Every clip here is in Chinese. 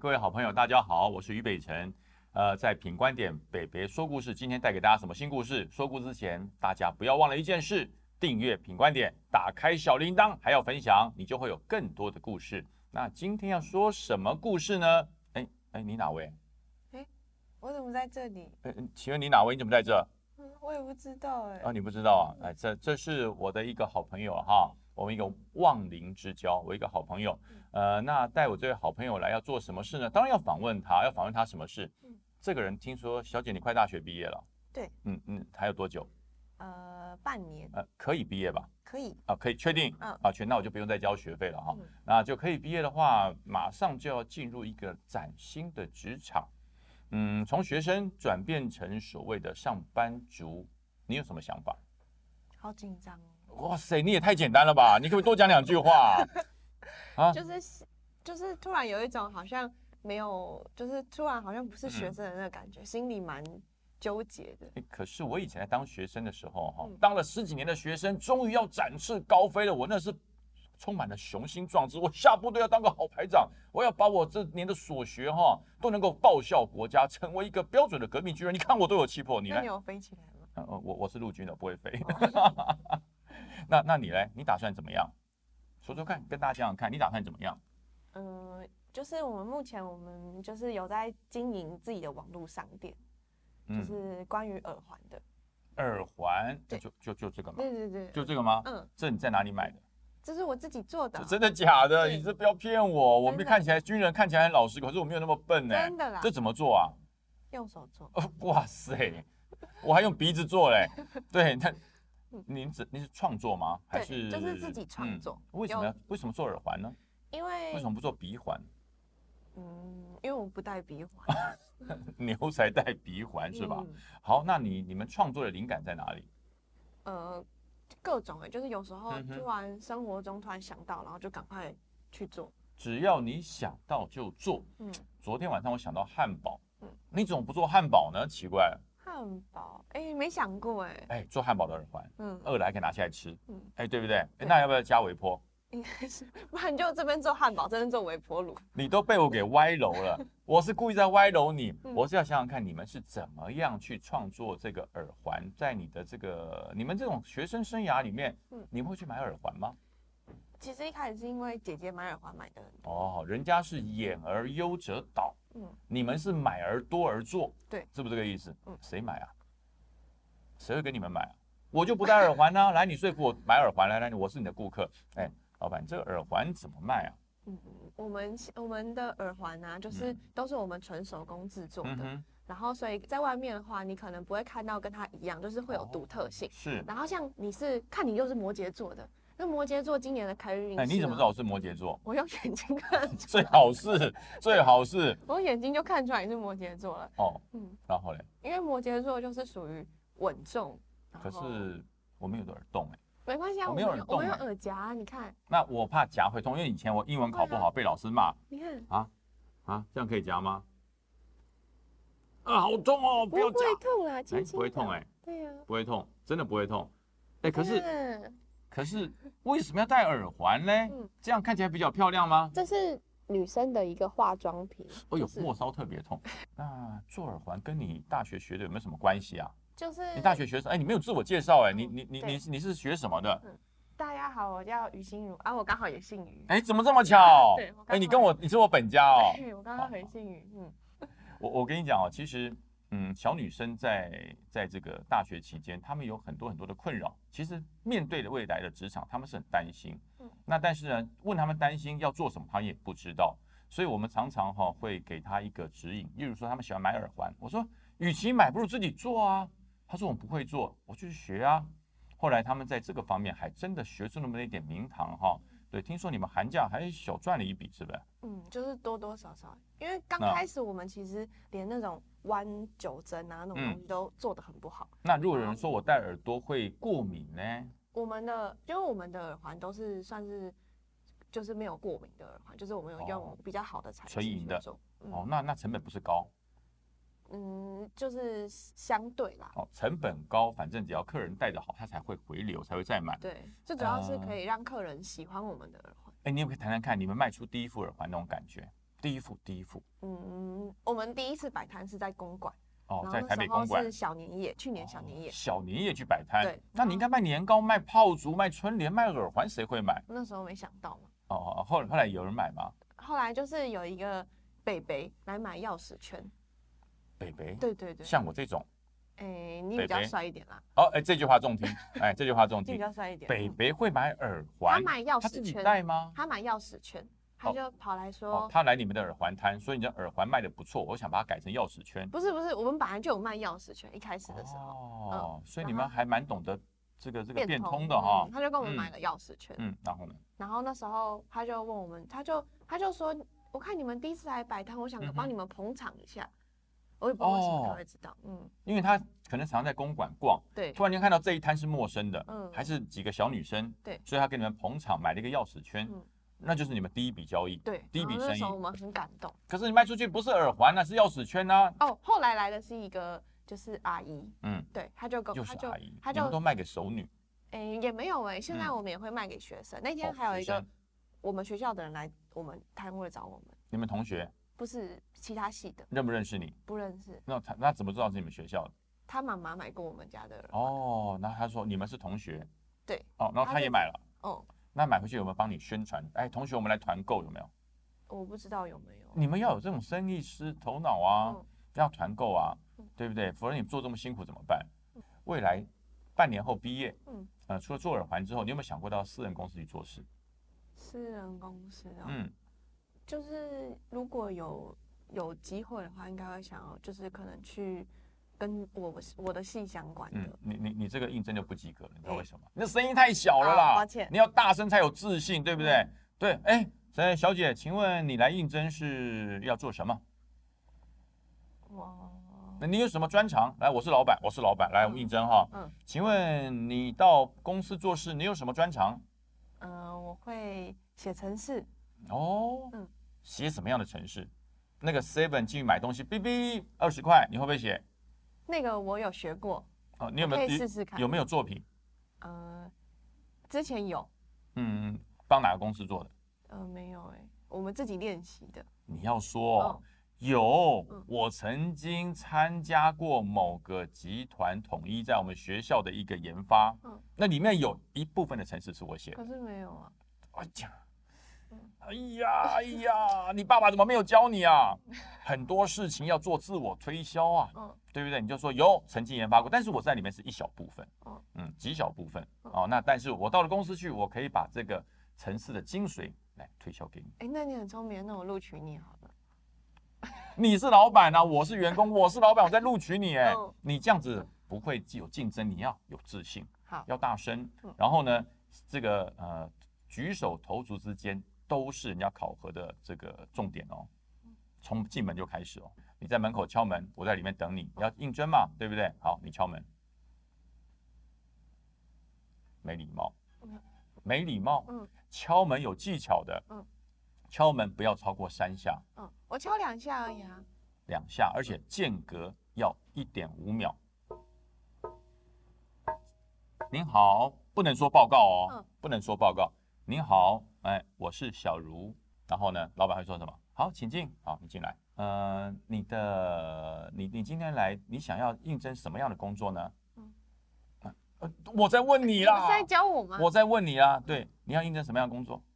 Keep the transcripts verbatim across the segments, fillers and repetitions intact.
各位好朋友，大家好，我是于北辰。呃，在品观点北北说故事，今天带给大家什么新故事？说故事之前，大家不要忘了一件事：订阅品观点，打开小铃铛，还要分享，你就会有更多的故事。那今天要说什么故事呢？哎哎，你哪位？ 哎，我怎么在这里？ 哎，请问你哪位？你怎么在这？ 嗯，我也不知道哎。 啊，你不知道啊？哎，这这是我的一个好朋友哈，我们一个忘灵之交，我一个好朋友。呃，那带我这位好朋友来要做什么事呢？当然要访问他，要访问他什么事？嗯，这个人听说，小姐你快大学毕业了。 对。 嗯嗯，还有多久？ 呃，半年。 呃，可以毕业吧？ 可以。 啊，可以确定。 嗯。 啊，全那我就不用再交学费了哈。嗯、那就可以毕业的话，马上就要进入一个崭新的职场。嗯，从学生转变成所谓的上班族，你有什么想法？ 好紧张哦！ 哇塞，你也太简单了吧？你可不可以多讲两句话？ 啊，就是就是突然有一种好像没有，就是突然好像不是学生的那个感觉，嗯、心里蛮纠结的。 欸、可是我以前在当学生的时候，哈、嗯，当了十几年的学生，终于要展翅高飞了。我那是充满了雄心壮志，我下部队要当个好排长，我要把我这年的所学哈都能够报效国家，成为一个标准的革命军人。你看我都有气魄，你呢？ 那你有飞起来吗？ 呃、我我是陆军的，不会飞。哦、那那你呢？你打算怎么样？说说看，跟大家讲讲看，你打算怎么样？ 嗯、呃，就是我们目前我们就是有在经营自己的网络商店，嗯、就是关于耳环的。 耳环，就就就这个吗？ 对对对， 就这个吗？ 嗯， 这你在哪里买的？ 这是我自己做的。 真的假的？你这不要骗我！我们看起来军人看起来很老实，可是我没有那么笨呢、欸。 真的啦。 这怎么做啊？ 用手做。 哦、哇塞，我还用鼻子做嘞。对，那。您是你是创作吗？还是就是自己创作？ 嗯、为什么要为什么做耳环呢？ 因为为什么不做鼻环？ 嗯，因为我不戴鼻环。 牛才戴鼻环是吧？嗯、好，那你你们创作的灵感在哪里？ 呃，各种哎、欸，就是有时候突然生活中突然想到，然后就赶快去做。 只要你想到就做。嗯，昨天晚上我想到汉堡。嗯，你怎么不做汉堡呢？奇怪了。 汉堡，哎、欸，没想过哎、欸， 哎、欸，做汉堡的耳环，嗯，饿了还可以拿起来吃，嗯，哎、欸，对不对？ 对那要不要加微波？ 应该是，不然就这边做汉堡，这边做微波炉。 你都被我给歪楼了，我是故意在歪楼你，嗯、我是要想想看你们是怎么样去创作这个耳环，在你的这个你们这种学生生涯里面，嗯，你们会去买耳环吗？ 其实一开始是因为姐姐买耳环买的很多哦，人家是演而优则导，嗯，你们是买而多而做， 对， 是不是这个意思？嗯，谁买啊？谁会跟你们买啊？我就不戴耳环呢、啊。来，你说服我买耳环，来来，我是你的顾客。哎，老板，这个耳环怎么卖啊？ 嗯，我们我们的耳环啊，就是都是我们纯手工制作的。嗯、然后，所以在外面的话，你可能不会看到跟它一样，就是会有独特性。哦、 是。 然后像你是看你又是摩羯座的，那摩羯座今年的开运运势、啊， 哎，你怎么知道我是摩羯座？ 我用眼睛看。 最好是，最好是。 我眼睛就看出来你是摩羯座了。 哦，嗯，然后嘞？ 因为摩羯座就是属于稳重。 可是我没有耳洞哎、 欸，没关系啊， 我没有耳洞、欸， 我没有耳夹，你看。 那我怕夹会痛，因为以前我英文考不好，啊、被老师骂。 你看啊啊，这样可以夹吗？啊，好痛哦！不要夹。 不会痛啦，轻轻的。 不会痛哎、欸。 对呀、啊。 不会痛，真的不会痛。哎、欸，可是、嗯、可是为什么要戴耳环呢？嗯、这样看起来比较漂亮吗？ 这是女生的一个化妆品。 哦呦，末梢特别痛。那做耳环跟你大学学的有没有什么关系啊？ 就是你大学学什么？哎，你没有自我介绍哎，你你你你你是学什么的？ 嗯，大家好，我叫于心如啊，我刚好也姓于。 哎，怎么这么巧？ 对， 哎，你跟我你是我本家哦。 对，我刚刚很幸运。嗯， 我我跟你讲哦，其实嗯，小女生在在这个大学期间，她们有很多很多的困扰。其实面对的未来的职场，她们是很担心。嗯，那但是呢，问她们担心要做什么，她也不知道。所以我们常常哈、哦、会给她一个指引，例如说她们喜欢买耳环，我说与其买，不如自己做啊。他说我不会做，我就去学啊。后来他们在这个方面还真的学出那么一点名堂哈。对，听说你们寒假还小赚了一笔，是不是？ 嗯，就是多多少少，因为刚开始我们其实连那种弯九针啊那种东西都做得很不好。 那如果有人说我戴耳朵会过敏呢？ 我们的，因为我们的耳环都是算是就是没有过敏的耳环，就是我们有用比较好的材质去做。 嗯、哦，那那成本不是高？ 嗯，就是相对啦。 哦，成本高，反正只要客人戴得好，他才会回流，才会再买。 对，最主要是可以让客人喜欢我们的耳环。 哎、呃，你也可以谈谈看，你们卖出第一副耳环那种感觉。 第一副，第一副。 嗯，我们第一次摆摊是在公馆。 哦，在台北公馆是小年夜，去年小年夜， 哦、小年夜去摆摊。 对， 那你应该卖年糕、卖炮竹、卖春联、卖耳环，谁会买？ 那时候没想到嘛。 哦，后后来有人买吗？ 后来就是有一个北北来买钥匙圈。 北北？ 对对对， 像我这种。 哎、欸，你比较帅一点啦。 哦，哎、欸，这句话中听，哎、欸，这句话中听。 你比较帅一点。 北北会买耳环， 他买钥匙圈， 他自己戴吗？ 他买钥匙圈。他就跑来说、 哦哦，他来你们的耳环摊，所以你的耳环卖的不错，我想把它改成钥匙圈。 不是不是，我们本来就有卖钥匙圈，一开始的时候。 哦，嗯、所以你们还蛮懂得这个这个变通的哈、嗯。他就跟我们买了钥匙圈。 嗯，然后呢？ 然后那时候他就问我们，他就他就说，我看你们第一次来摆摊，我想帮你们捧场一下。嗯、我也不知道为什么他会知道，嗯， 因为他可能常在公馆逛， 对， 突然间看到这一摊是陌生的， 嗯， 还是几个小女生， 对， 所以他给你们捧场，买了一个钥匙圈。嗯，那就是你们第一笔交易， 对， 第一笔生意。 那时候我们很感动。 可是你卖出去不是耳环啊，是钥匙圈啊。 哦，后来来的是一个就是阿姨， 嗯， 对，他就跟就是阿姨， 他就你们都卖给熟女。 哎、欸，也没有哎、欸，现在我们也会卖给学生。嗯、那天还有一个我们学校的人来我们摊位找我们。 你们同学？ 不是其他系的。 认不认识你？ 不认识。 那他那怎么知道是你们学校的？ 他妈妈买过我们家的人。 哦，那他说你们是同学。 对。 哦，然后他也买了。 哦。 那买回去有没有帮你宣传？哎，同学，我们来团购有没有？ 我不知道有没有。 你们要有这种生意师头脑啊，嗯、要团购啊， 嗯、 对不对？否则你做这么辛苦怎么办？嗯、未来半年后毕业，嗯，呃，除了做耳环之后，你有没有想过到私人公司去做事？ 私人公司啊、哦， 嗯， 就是如果有有机会的话，应该会想要，就是可能去。跟我我的系相关的， 嗯，你你你这个应征就不及格了，你知道为什么？你的声音太小了啦， 抱歉， 你要大声才有自信，对不对？嗯、对，哎，小姐，请问你来应征是要做什么？ 我， 那你有什么专长？来，我是老板，我是老板，来，我们应征哈。嗯，请问你到公司做事，你有什么专长？ 嗯、呃，我会写程式。 哦，嗯，写什么样的程式？那个 Seven 进去买东西，哔哔二十块，你会不会写？ 那个我有学过， 哦，你有没有可以试试看？ 有没有作品？ 呃，之前有。 嗯，帮哪个公司做的？ 呃，没有哎、欸，我们自己练习的。 你要说、哦、有、嗯，我曾经参加过某个集团统一在我们学校的一个研发，嗯，那里面有一部分的程式是我写的。 可是没有啊。 哎呀，哎呀，哎呀，你爸爸怎么没有教你啊？很多事情要做自我推销啊，嗯，对不对？你就说有曾经研发过，但是我在里面是一小部分，嗯嗯，极小部分、嗯、哦。那但是我到了公司去，我可以把这个程式的精髓来推销给你。 哎，那你很聪明，那我录取你好了。 你是老板啊，我是员工，我是老板，我在录取你哎、 嗯， 你这样子不会有竞争，你要有自信， 好， 要大声，然后呢，这个呃举手投足之间。都是人家考核的这个重点哦，从进门就开始哦。你在门口敲门，我在里面等你，你要应征嘛，对不对？好，你敲门，没礼貌，没礼貌，嗯，敲门有技巧的，嗯，敲门不要超过三下， 嗯，我敲两下而已啊， 两下，而且间隔要一点五秒。您好，不能说报告哦，嗯、不能说报告。您好，哎，我是小茹。然后呢，老板会说什么？好，请进。好，你进来。呃，你的，你你今天来，你想要应征什么样的工作呢？嗯，呃，我在问你啦。 你不是在教我吗？ 我在问你啦。对，你要应征什么样的工作？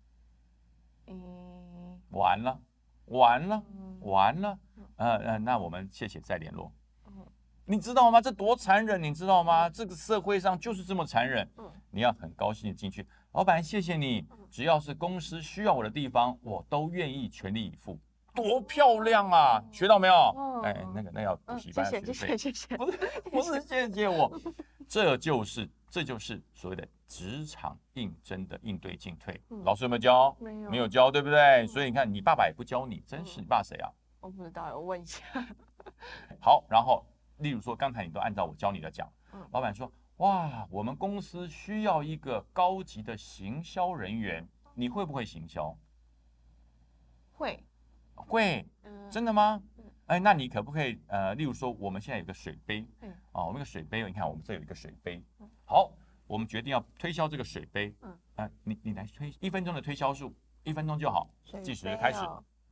嗯，完了，完了，嗯、完了。呃呃，那我们谢谢，再联络。嗯，你知道吗？这多残忍，你知道吗？嗯、这个社会上就是这么残忍。嗯，你要很高兴的进去。老板，谢谢你。只要是公司需要我的地方，我都愿意全力以赴。多漂亮啊！学到没有？哦、哎，那个那要补习班学费。 谢谢谢谢。 不是不是谢谢我，这就是这就是所谓的职场应征的应对进退。嗯、老师有没有教？ 没有， 没有教，对不对？嗯、所以你看，你爸爸也不教你，真是。你爸谁啊？ 我不知道，我问一下。 好，然后例如说，刚才你都按照我教你的讲，嗯、老板说。哇，我们公司需要一个高级的行销人员，你会不会行销？ 会， 会，嗯、真的吗？嗯、哎，那你可不可以呃，例如说，我们现在有个水杯，嗯、啊，我们有个水杯，你看我们这有一个水杯，嗯、好，我们决定要推销这个水杯，嗯，啊，你你来推一分钟的推销术，一分钟就好，计时开始，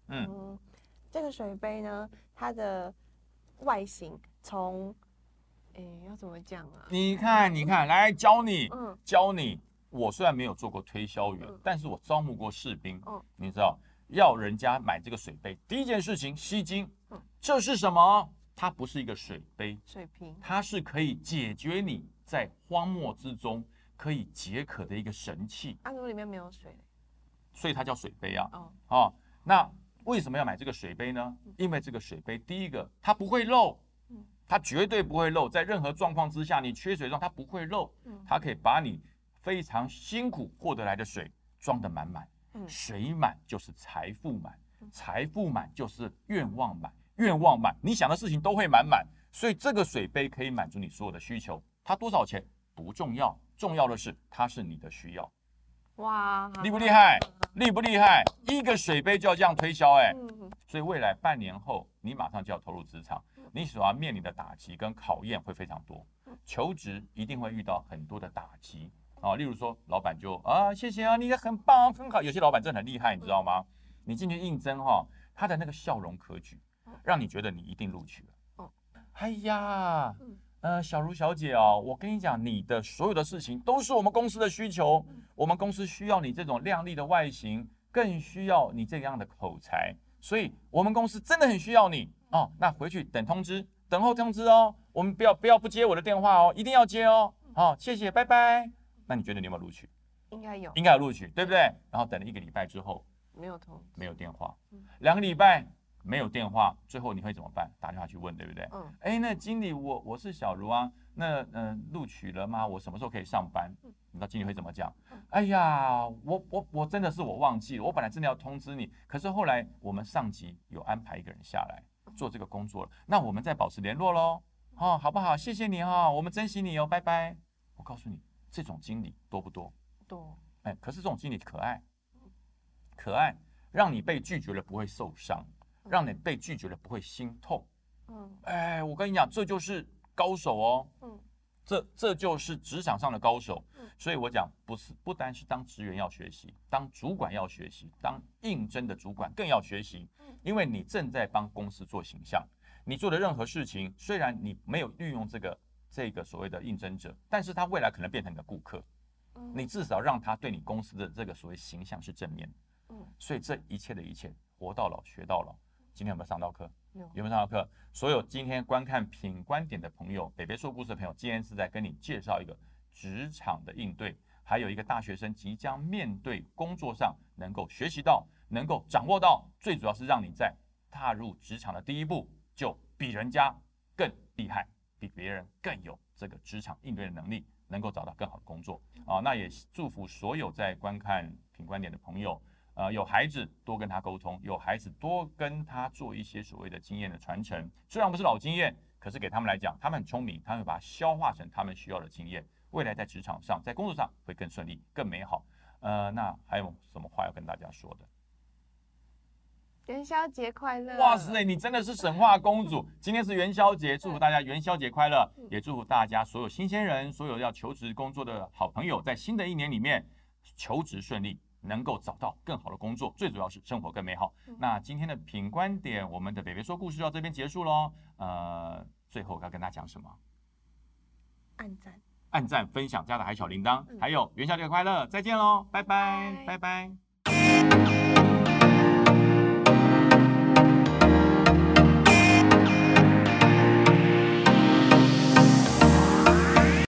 嗯，嗯这个水杯呢，它的外形从，哎，要怎么讲啊？ 你看，你看，来教你，嗯，教你。我虽然没有做过推销员，嗯、但是我招募过士兵。嗯，你知道，要人家买这个水杯，第一件事情吸睛。嗯，这是什么？它不是一个水杯， 水瓶， 它是可以解决你在荒漠之中可以解渴的一个神器。 啊，如果里面没有水， 所以它叫水杯啊。哦，哦，那为什么要买这个水杯呢？因为这个水杯，第一个它不会漏。它绝对不会漏，在任何状况之下，你缺水状，它不会漏。它可以把你非常辛苦获得来的水装得满满。水满就是财富满，财富满就是愿望满，愿望满，你想的事情都会满满。所以这个水杯可以满足你所有的需求。它多少钱不重要，重要的是它是你的需要。哇，厉不厉害？厉不厉害？一个水杯就要这样推销，哎，所以未来半年后，你马上就要投入职场。你所要面临的打击跟考验会非常多，求职一定会遇到很多的打击啊，例如说老板就啊谢谢啊，你很棒很好，有些老板真的很厉害，你知道吗？你进去应征哈，他的那个笑容可掬，让你觉得你一定录取了。哎呀，呃小茹小姐哦，我跟你讲，你的所有的事情都是我们公司的需求，我们公司需要你这种靓丽的外形，更需要你这样的口才，所以我们公司真的很需要你。哦，那回去等通知，等候通知哦。我们不要不要不接我的电话哦，一定要接哦。好、哦，谢谢，拜拜。那你觉得你有没有录取？ 应该有， 应该有录取，对不对？然后等了一个礼拜之后， 没有通知， 没有电话。两个礼拜没有电话，最后你会怎么办？打电话去问，对不对？嗯。哎，那经理，我我是小茹啊，那嗯、呃、录取了吗？我什么时候可以上班？你知道经理会怎么讲？哎呀，我我我真的是我忘记了，我本来真的要通知你，可是后来我们上级有安排一个人下来做这个工作了，那我们再保持联络咯，哦，好不好？谢谢你哈、哦，我们珍惜你哦，拜拜。我告诉你，这种经理多不多？ 多。 哎，可是这种经理可爱，可爱，让你被拒绝了不会受伤，让你被拒绝了不会心痛。嗯，哎，我跟你讲，这就是高手哦。嗯，这这就是职场上的高手。所以我讲，不是不单是当职员要学习，当主管要学习，当应征的主管更要学习，因为你正在帮公司做形象。你做的任何事情，虽然你没有运用这个这个所谓的应征者，但是他未来可能变成你的顾客，你至少让他对你公司的这个所谓形象是正面。所以这一切的一切，活到老学到老。今天有没有上到课？有，有没有上到课？所有今天观看品观点的朋友，北北说故事的朋友，今天是在跟你介绍一个职场的应对，还有一个大学生即将面对工作上能够学习到，能够掌握到，最主要是让你在踏入职场的第一步就比人家更厉害，比别人更有这个职场应对的能力，能够找到更好的工作啊。那也祝福所有在观看品观点的朋友，呃，有孩子多跟他沟通，有孩子多跟他做一些所谓的经验的传承，虽然不是老经验，可是给他们来讲，他们很聪明，他们会把它消化成他们需要的经验。未来在职场上，在工作上会更顺利、更美好。呃，那还有什么话要跟大家说的？ 元宵节快乐！ 哇塞，你真的是神话公主！今天是元宵节，祝福大家元宵节快乐，也祝福大家所有新鲜人、所有要求职工作的好朋友，在新的一年里面求职顺利，能够找到更好的工作，最主要是生活更美好。嗯、那今天的品观点，我们的北北说故事就到这边结束喽。呃，最后要跟大家讲什么？ 按赞。 按赞、分享、加打海小铃铛，还有元宵节快乐！再见喽，拜拜，拜拜。